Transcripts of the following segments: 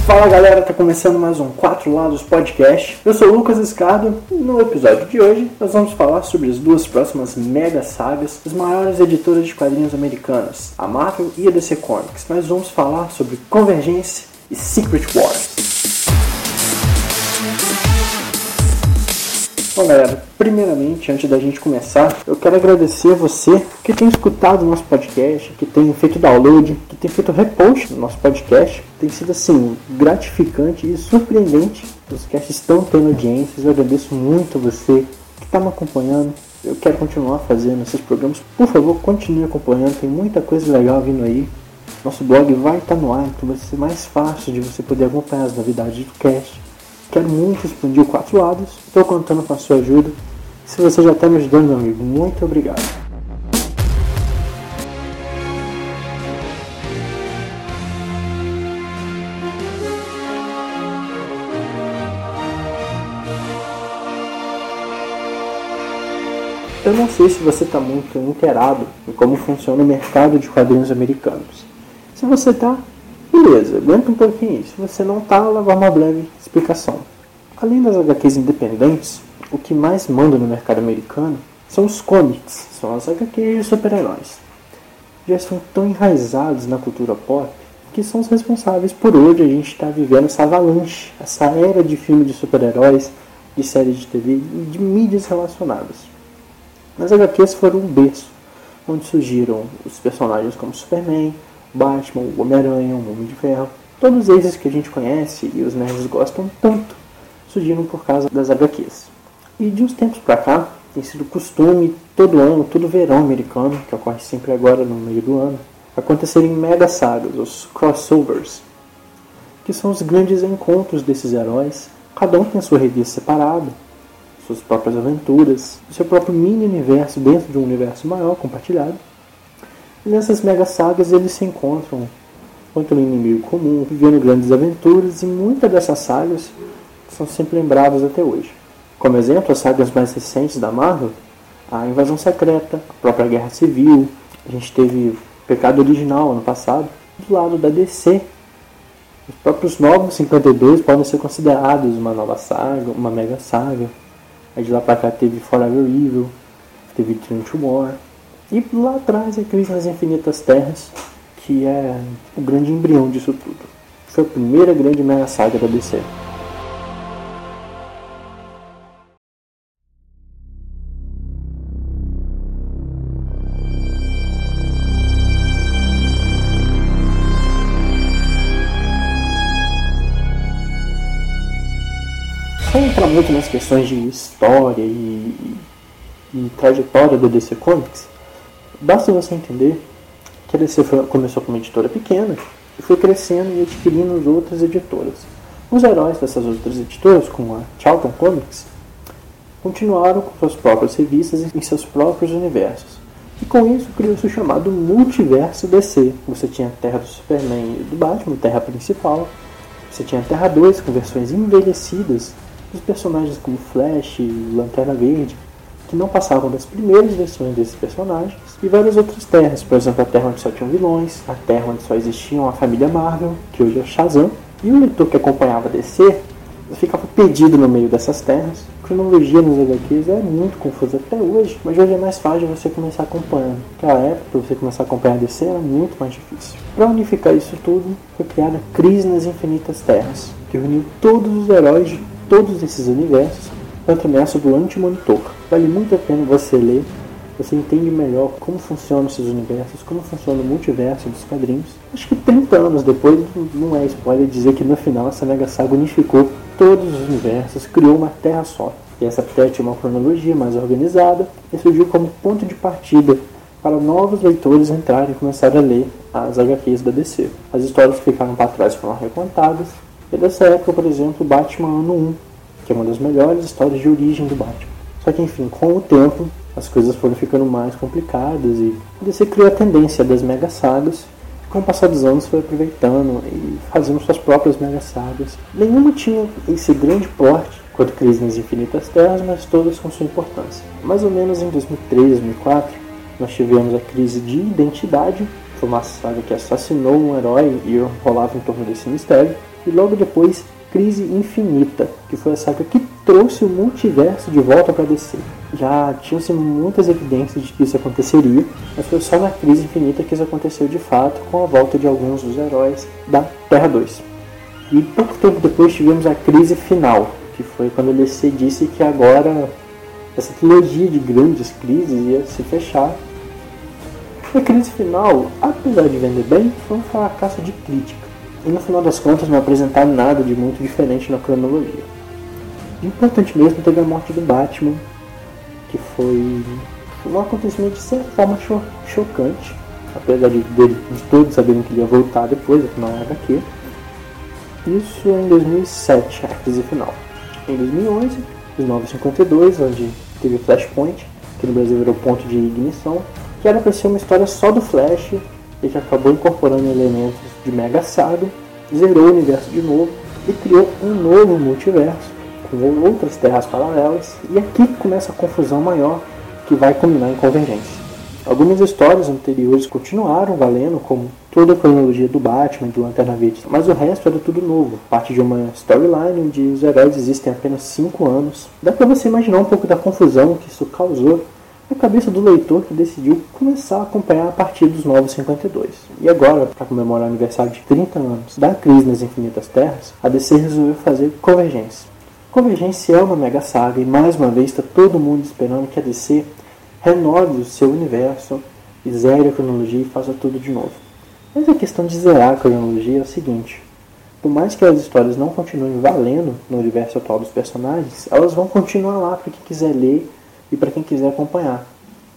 Fala galera, tá começando mais um 4 Lados Podcast. Eu sou o Lucas Escardo e no episódio de hoje nós vamos falar sobre as duas próximas mega sagas das maiores editoras de quadrinhos americanas, a Marvel e a DC Comics. Nós vamos falar sobre Convergência e Secret Wars. Bom galera, primeiramente, antes da gente começar, eu quero agradecer a você que tem escutado o nosso podcast, que tem feito download, que tem feito repost no nosso podcast. Tem sido assim, gratificante e surpreendente. Os casts estão tendo audiências, eu agradeço muito a você que está me acompanhando. Eu quero continuar fazendo esses programas. Por favor, continue acompanhando, tem muita coisa legal vindo aí. Nosso blog vai estar no ar, então vai ser mais fácil de você poder acompanhar as novidades do cast. Quero muito expandir o 4 Lados, estou contando com a sua ajuda. Se você já está me ajudando, meu amigo, muito obrigado. Eu não sei se você está muito inteirado em como funciona o mercado de quadrinhos americanos. Se você está, beleza, aguenta um pouquinho. Se você não está, ela vai uma breve explicação. Além das HQs independentes, o que mais manda no mercado americano são os comics, são as HQs de super-heróis. Já estão tão enraizados na cultura pop que são os responsáveis por hoje a gente estar vivendo essa avalanche, essa era de filmes de super-heróis, de séries de TV e de mídias relacionadas. As HQs foram um berço, onde surgiram os personagens como Superman, Batman, o Homem-Aranha, o Homem de Ferro, todos esses que a gente conhece e os nerds gostam tanto, surgiram por causa das HQs. E de uns tempos pra cá, tem sido costume, todo ano, todo verão americano, que ocorre sempre agora no meio do ano, acontecerem mega sagas, os crossovers, que são os grandes encontros desses heróis. Cada um tem a sua revista separada, suas próprias aventuras, o seu próprio mini-universo dentro de um universo maior, compartilhado. E nessas mega sagas eles se encontram contra um inimigo comum, vivendo grandes aventuras, e muitas dessas sagas são sempre lembradas até hoje. Como exemplo, as sagas mais recentes da Marvel, a Invasão Secreta, a própria Guerra Civil, a gente teve o Pecado Original ano passado. Do lado da DC, os próprios Novos 52 podem ser considerados uma nova saga, uma mega saga. Aí de lá pra cá teve Forever Evil, teve Trinity War, e lá atrás a Crise nas Infinitas Terras, que é o grande embrião disso tudo. Foi a primeira grande mega saga da DC. Sem entrar muito nas questões de história e trajetória do DC Comics, basta você entender que a DC começou como uma editora pequena e foi crescendo e adquirindo as outras editoras. Os heróis dessas outras editoras, como a Charlton Comics, continuaram com suas próprias revistas em seus próprios universos. E com isso criou-se o chamado Multiverso DC. Você tinha a Terra do Superman e do Batman, a Terra principal. Você tinha a Terra 2 com versões envelhecidas dos personagens como Flash e Lanterna Verde, que não passavam das primeiras versões desses personagens, e várias outras terras, por exemplo, a terra onde só tinham vilões, a terra onde só existiam a família Marvel, que hoje é o Shazam, e o leitor que acompanhava a DC ficava perdido no meio dessas terras. A cronologia nos HQs é muito confusa até hoje, mas hoje é mais fácil você começar acompanhando. Naquela época, para você começar a acompanhar a DC, era muito mais difícil. Para unificar isso tudo, foi criada Crise nas Infinitas Terras, que reuniu todos os heróis de todos esses universos contra a ameaça do Anti-Monitor. Vale muito a pena você ler, você entende melhor como funcionam esses universos, como funciona o multiverso dos quadrinhos. Acho que 30 anos depois, não é spoiler dizer que no final essa mega saga unificou todos os universos, criou uma terra só. E essa terra tinha uma cronologia mais organizada e surgiu como ponto de partida para novos leitores entrarem e começarem a ler as HQs da DC. As histórias que ficaram para trás foram recontadas. E dessa época, por exemplo, Batman Ano 1, que é uma das melhores histórias de origem do Batman. Só que, enfim, com o tempo, as coisas foram ficando mais complicadas e a DC criou a tendência das mega sagas. Com o passar dos anos, foi aproveitando e fazendo suas próprias mega sagas. Nenhuma tinha esse grande porte quanto Crise nas Infinitas Terras, mas todas com sua importância. Mais ou menos em 2003, 2004, nós tivemos a crise de identidade. Foi uma saga que assassinou um herói e rolava em torno desse mistério. e logo depois Crise Infinita, que foi a saga que trouxe o multiverso de volta para DC. Já tinham-se muitas evidências de que isso aconteceria, mas foi só na Crise Infinita que isso aconteceu de fato, com a volta de alguns dos heróis da Terra 2. E pouco tempo depois tivemos a Crise Final, que foi quando a DC disse que agora essa trilogia de grandes crises ia se fechar. A Crise Final, apesar de vender bem, foi um fracasso de crítica. E no final das contas não apresentaram nada de muito diferente na cronologia. O importante mesmo teve a morte do Batman, que foi um acontecimento de certa forma chocante, apesar de todos saberem que ele ia voltar depois, afinal é HQ. Isso em 2007, a crise final. Em 2011, os 952, onde teve o Flashpoint, que no Brasil virou ponto de ignição, que era para ser uma história só do Flash, e que acabou incorporando elementos de Mega Saga, zerou o universo de novo e criou um novo multiverso, com outras terras paralelas, e aqui começa a confusão maior, que vai culminar em Convergência. Algumas histórias anteriores continuaram valendo, como toda a cronologia do Batman e do Lanterna Verde, mas o resto era tudo novo, parte de uma storyline onde os heróis existem há apenas 5 anos. Dá pra você imaginar um pouco da confusão que isso causou na cabeça do leitor, que decidiu começar a acompanhar a partir dos Novos 52. E agora, para comemorar o aniversário de 30 anos da Crise nas Infinitas Terras, a DC resolveu fazer Convergência. Convergência é uma mega saga e mais uma vez está todo mundo esperando que a DC renove o seu universo e zere a cronologia e faça tudo de novo. Mas a questão de zerar a cronologia é o seguinte: por mais que as histórias não continuem valendo no universo atual dos personagens, elas vão continuar lá para quem quiser ler e para quem quiser acompanhar.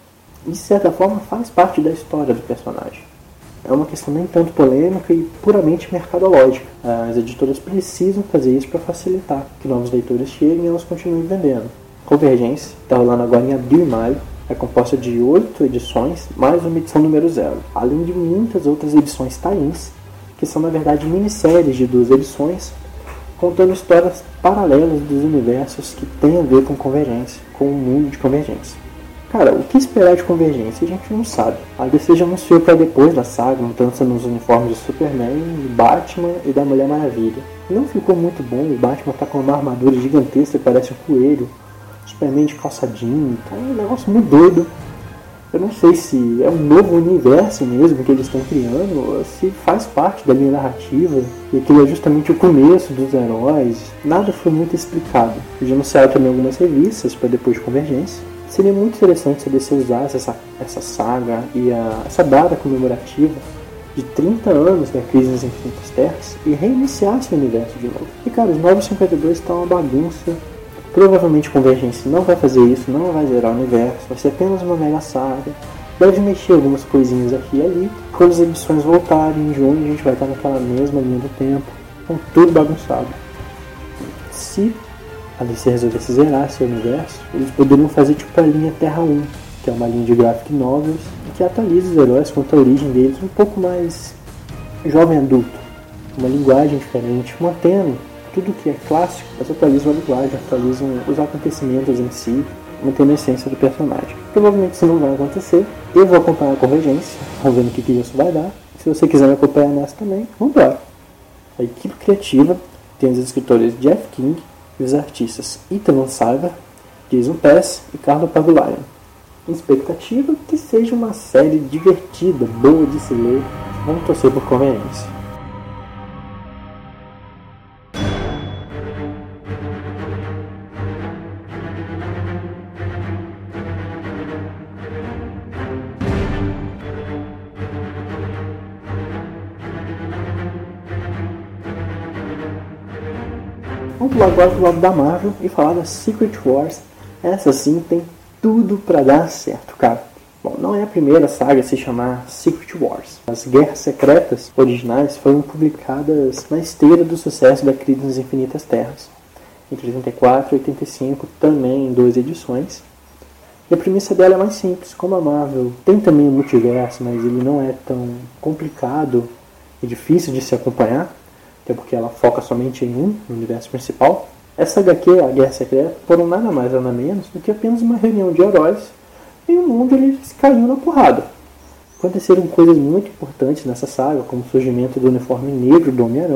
E de certa forma faz parte da história do personagem. É uma questão nem tanto polêmica e puramente mercadológica. As editoras precisam fazer isso para facilitar que novos leitores cheguem e elas continuem vendendo. Convergência está rolando agora em abril e maio. É composta de 8 edições, mais uma edição número 0, além de muitas outras edições tie-ins, que são na verdade minisséries de 2 edições, contando histórias paralelas dos universos que têm a ver com Convergência, com o mundo de Convergência. Cara, o que esperar de Convergência a gente não sabe. A DC já anunciou para depois da saga mudança nos uniformes de Superman, do Batman e da Mulher Maravilha. Não ficou muito bom, o Batman tá com uma armadura gigantesca que parece um coelho, Superman de calçadinho, tá um negócio muito doido. Eu não sei se é um novo universo mesmo que eles estão criando, ou se faz parte da linha narrativa, e aquilo é justamente o começo dos heróis. Nada foi muito explicado. Eles anunciaram também algumas revistas para depois de Convergência. Seria muito interessante se a DC usasse essa saga e essa data comemorativa de 30 anos da Crise nas Infinitas Terras e reiniciasse o universo de novo. E cara, os Novos 52 estão uma bagunça. Provavelmente Convergência não vai fazer isso, não vai zerar o universo, vai ser apenas uma mega saga. Deve mexer algumas coisinhas aqui e ali. Quando as edições voltarem em junho, a gente vai estar naquela mesma linha do tempo, com tudo bagunçado. Se a DC resolvesse zerar seu universo, eles poderiam fazer tipo a linha Terra 1, que é uma linha de graphic novels, que atualiza os heróis, conta a origem deles um pouco mais jovem adulto, uma linguagem diferente, mantendo tudo que é clássico, mas atualizam a linguagem, atualizam os acontecimentos em si, mantendo a essência do personagem. Provavelmente isso não vai acontecer. Eu vou acompanhar a Convergência, vamos ver o que isso vai dar. Se você quiser me acompanhar nessa também, vamos embora. A equipe criativa tem os escritores Jeff King e os artistas Ethan Cyber, Jason Pass e Carlo Pagulayan. Expectativa que seja uma série divertida, boa de se ler. Vamos torcer por Convergência. Vamos pular agora pro lado da Marvel e falar da Secret Wars. Essa sim tem tudo pra dar certo, cara. Bom, não é a primeira saga a se chamar Secret Wars. As Guerras Secretas originais foram publicadas na esteira do sucesso da Crise nas Infinitas Terras, entre 84 e 85, também em 2 edições. E a premissa dela é mais simples. Como a Marvel tem também um multiverso, mas ele não é tão complicado e difícil de se acompanhar, até porque ela foca somente em um, no universo principal. Essa HQ, a Guerra Secreta, foram nada mais nada menos do que apenas uma reunião de heróis em um mundo eles caíam na porrada. Aconteceram coisas muito importantes nessa saga, como o surgimento do uniforme negro do Homem-Aranha,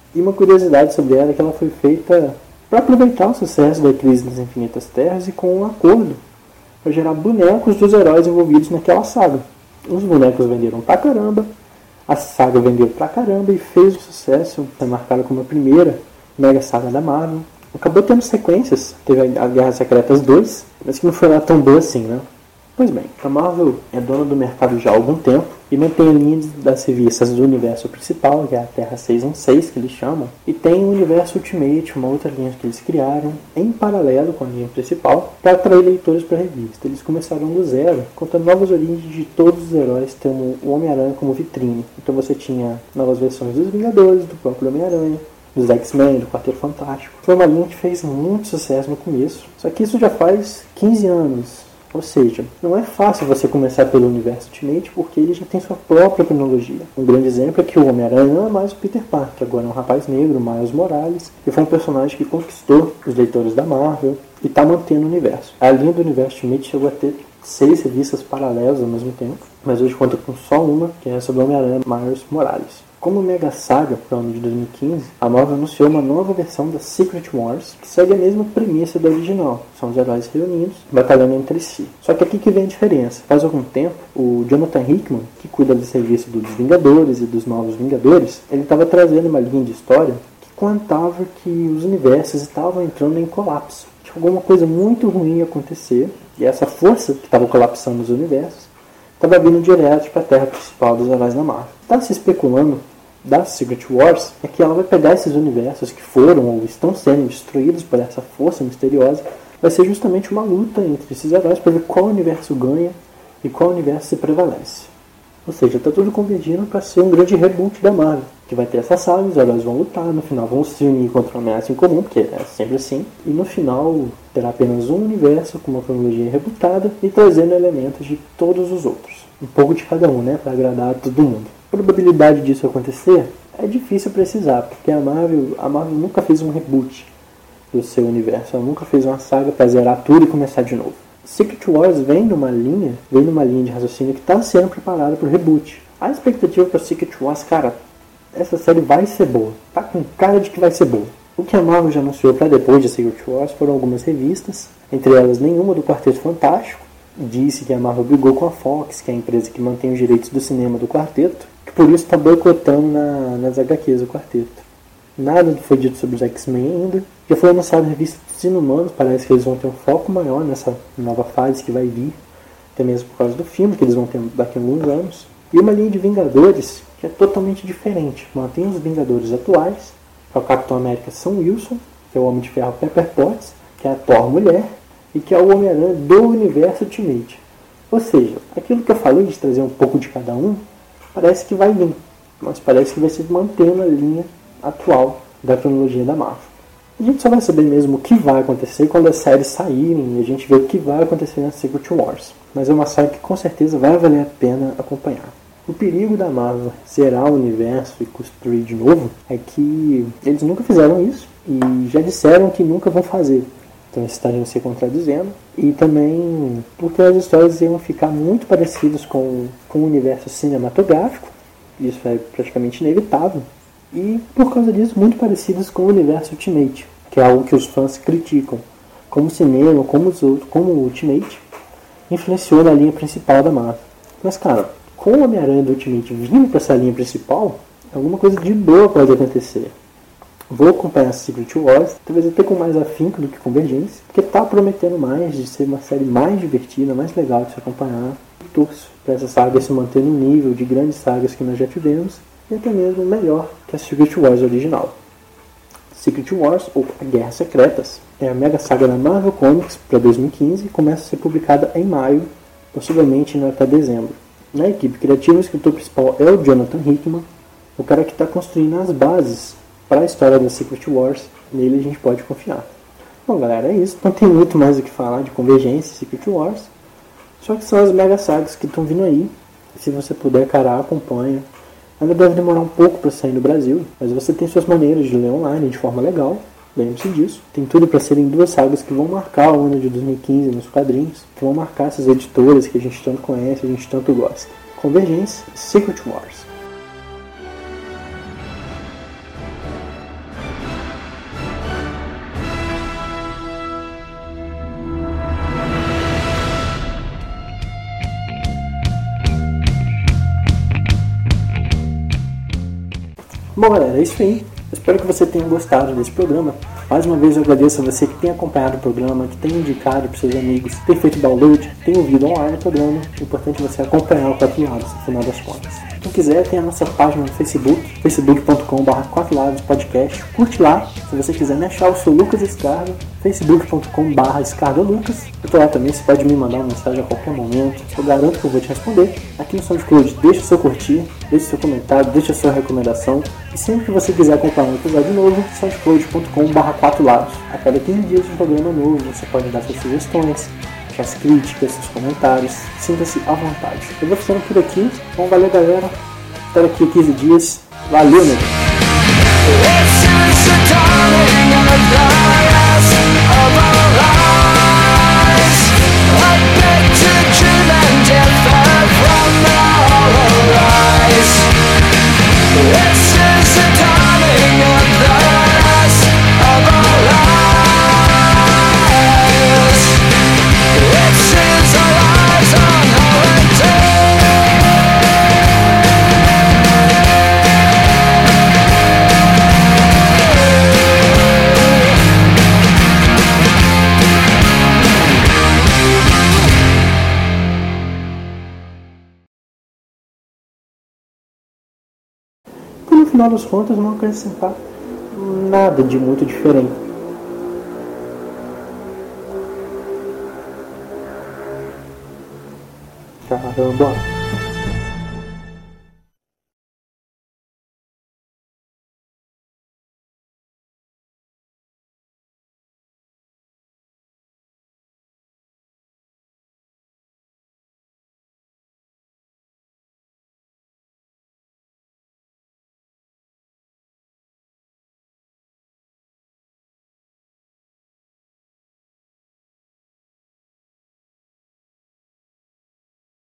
E uma curiosidade sobre ela é que ela foi feita para aproveitar o sucesso da Crise nas Infinitas Terras e com um acordo para gerar bonecos dos heróis envolvidos naquela saga. Os bonecos venderam pra caramba, a saga vendeu pra caramba e fez um sucesso, foi marcada como a primeira mega saga da Marvel. Acabou tendo sequências, teve a Guerras Secretas 2, mas que não foi lá tão boa assim, né? Pois bem, a Marvel é dona do mercado já há algum tempo e mantém a linha das revistas do universo principal, que é a Terra 616, que eles chamam, e tem o universo Ultimate, uma outra linha que eles criaram, em paralelo com a linha principal, para atrair leitores para a revista. Eles começaram do zero, contando novas origens de todos os heróis, tendo o Homem-Aranha como vitrine. Então você tinha novas versões dos Vingadores, do próprio Homem-Aranha, dos X-Men, do Quarteto Fantástico. Foi uma linha que fez muito sucesso no começo, só que isso já faz 15 anos. Ou seja, não é fácil você começar pelo universo Ultimate porque ele já tem sua própria cronologia. Um grande exemplo é que o Homem-Aranha não é mais o Peter Parker, agora é um rapaz negro, Miles Morales, que foi um personagem que conquistou os leitores da Marvel e está mantendo o universo. A linha do universo Ultimate chegou a ter 6 revistas paralelas ao mesmo tempo, mas hoje conta com só uma, que é essa do Homem-Aranha Miles Morales. Como mega saga para o ano de 2015, a Marvel anunciou uma nova versão da Secret Wars, que segue a mesma premissa da original. São os heróis reunidos, batalhando entre si. Só que aqui que vem a diferença. Faz algum tempo, o Jonathan Hickman, que cuida do serviço dos Vingadores e dos Novos Vingadores, ele estava trazendo uma linha de história que contava que os universos estavam entrando em colapso. Tinha alguma coisa muito ruim a acontecer, e essa força que estava colapsando os universos estava vindo direto para a terra principal dos heróis da Marvel. Está se especulando da Secret Wars é que ela vai pegar esses universos que foram ou estão sendo destruídos por essa força misteriosa. Vai ser justamente uma luta entre esses heróis para ver qual universo ganha e qual universo se prevalece. Ou seja, está tudo convergindo para ser um grande reboot da Marvel, que vai ter essa saga, os heróis vão lutar, no final vão se unir contra uma ameaça em comum, porque é sempre assim, e no final terá apenas um universo com uma cronologia rebootada e trazendo elementos de todos os outros. Um pouco de cada um, né, para agradar a todo mundo. A probabilidade disso acontecer é difícil precisar, porque a Marvel nunca fez um reboot do seu universo, ela nunca fez uma saga para zerar tudo e começar de novo. Secret Wars vem numa linha de raciocínio que está sendo preparada para o reboot. A expectativa para Secret Wars, cara, essa série vai ser boa, tá com cara de que vai ser boa. O que a Marvel já anunciou para depois de Secret Wars foram algumas revistas, entre elas nenhuma do Quarteto Fantástico. Disse que a Marvel brigou com a Fox, que é a empresa que mantém os direitos do cinema do Quarteto, que por isso está boicotando nas HQs do Quarteto. Nada foi dito sobre os X-Men ainda. Já foi anunciado a revista dos Inumanos, parece que eles vão ter um foco maior nessa nova fase que vai vir, até mesmo por causa do filme, que eles vão ter daqui a alguns anos. E uma linha de Vingadores que é totalmente diferente. Mantém os Vingadores atuais, que é o Capitão América Sam Wilson, que é o Homem de Ferro Pepper Potts, que é a Thor Mulher, e que é o Homem-Aranha do universo Ultimate. Ou seja, aquilo que eu falei de trazer um pouco de cada um, parece que vai vir, mas parece que vai se manter na linha atual da cronologia da Marvel. A gente só vai saber mesmo o que vai acontecer quando as séries saírem e a gente vê o que vai acontecer na Secret Wars. Mas é uma série que com certeza vai valer a pena acompanhar. O perigo da Marvel zerar o universo e construir de novo é que eles nunca fizeram isso e já disseram que nunca vão fazer. Então eles estariam se contradizendo. E também porque as histórias iam ficar muito parecidas com o universo cinematográfico. Isso é praticamente inevitável. E por causa disso muito parecidas com o universo Ultimate, que é algo que os fãs criticam. Como o cinema, como o Ultimate influenciou na linha principal da Marvel. Mas cara, com o Homem-Aranha do Ultimate vindo para essa linha principal, alguma coisa de boa pode acontecer. Vou acompanhar Secret Wars, talvez até com mais afinco do que Convergência, porque está prometendo mais de ser uma série mais divertida, mais legal de se acompanhar. Torço para essa saga se manter no nível de grandes sagas que nós já tivemos, e até mesmo melhor que a Secret Wars original. Secret Wars, ou Guerras Secretas, é a mega saga da Marvel Comics para 2015 e começa a ser publicada em maio, possivelmente até dezembro. Na equipe criativa, o escritor principal é o Jonathan Hickman, o cara que está construindo as bases para a história da Secret Wars. Nele a gente pode confiar. Bom galera, é isso, não tem muito mais o que falar de Convergência e Secret Wars, só que são as mega sagas que estão vindo aí. Se você puder, cara, acompanha. Ainda deve demorar um pouco para sair no Brasil, mas você tem suas maneiras de ler online de forma legal, lembre-se disso. Tem tudo para serem duas sagas que vão marcar o ano de 2015 nos quadrinhos, que vão marcar essas editoras que a gente tanto conhece, a gente tanto gosta. Convergência e Secret Wars. Bom, galera, é isso aí. Espero que você tenha gostado desse programa. Mais uma vez eu agradeço a você que tem acompanhado o programa, que tem indicado para seus amigos, tem feito download, tem ouvido online o programa. É importante você acompanhar o 4 Lados, no final das contas. Quem quiser, tem a nossa página no Facebook, facebook.com/4ladospodcast. Curte lá. Se você quiser me achar, eu sou Lucas Escarda, facebook.com/escardalucas. Eu tô lá também, você pode me mandar uma mensagem a qualquer momento. Eu garanto que eu vou te responder. Aqui no SoundCloud, deixa seu curtir, deixa seu comentário, deixa sua recomendação. E sempre que você quiser acompanhar um episódio novo, soundcloud.com/4lados. A cada 15 dias um programa novo, você pode dar suas sugestões, suas críticas, seus comentários. Sinta-se à vontade. Eu vou ficando por aqui. Então valeu, galera. Estou aqui 15 dias. Valeu, meu Deus. No final das contas, não acrescentar nada de muito diferente. Caramba.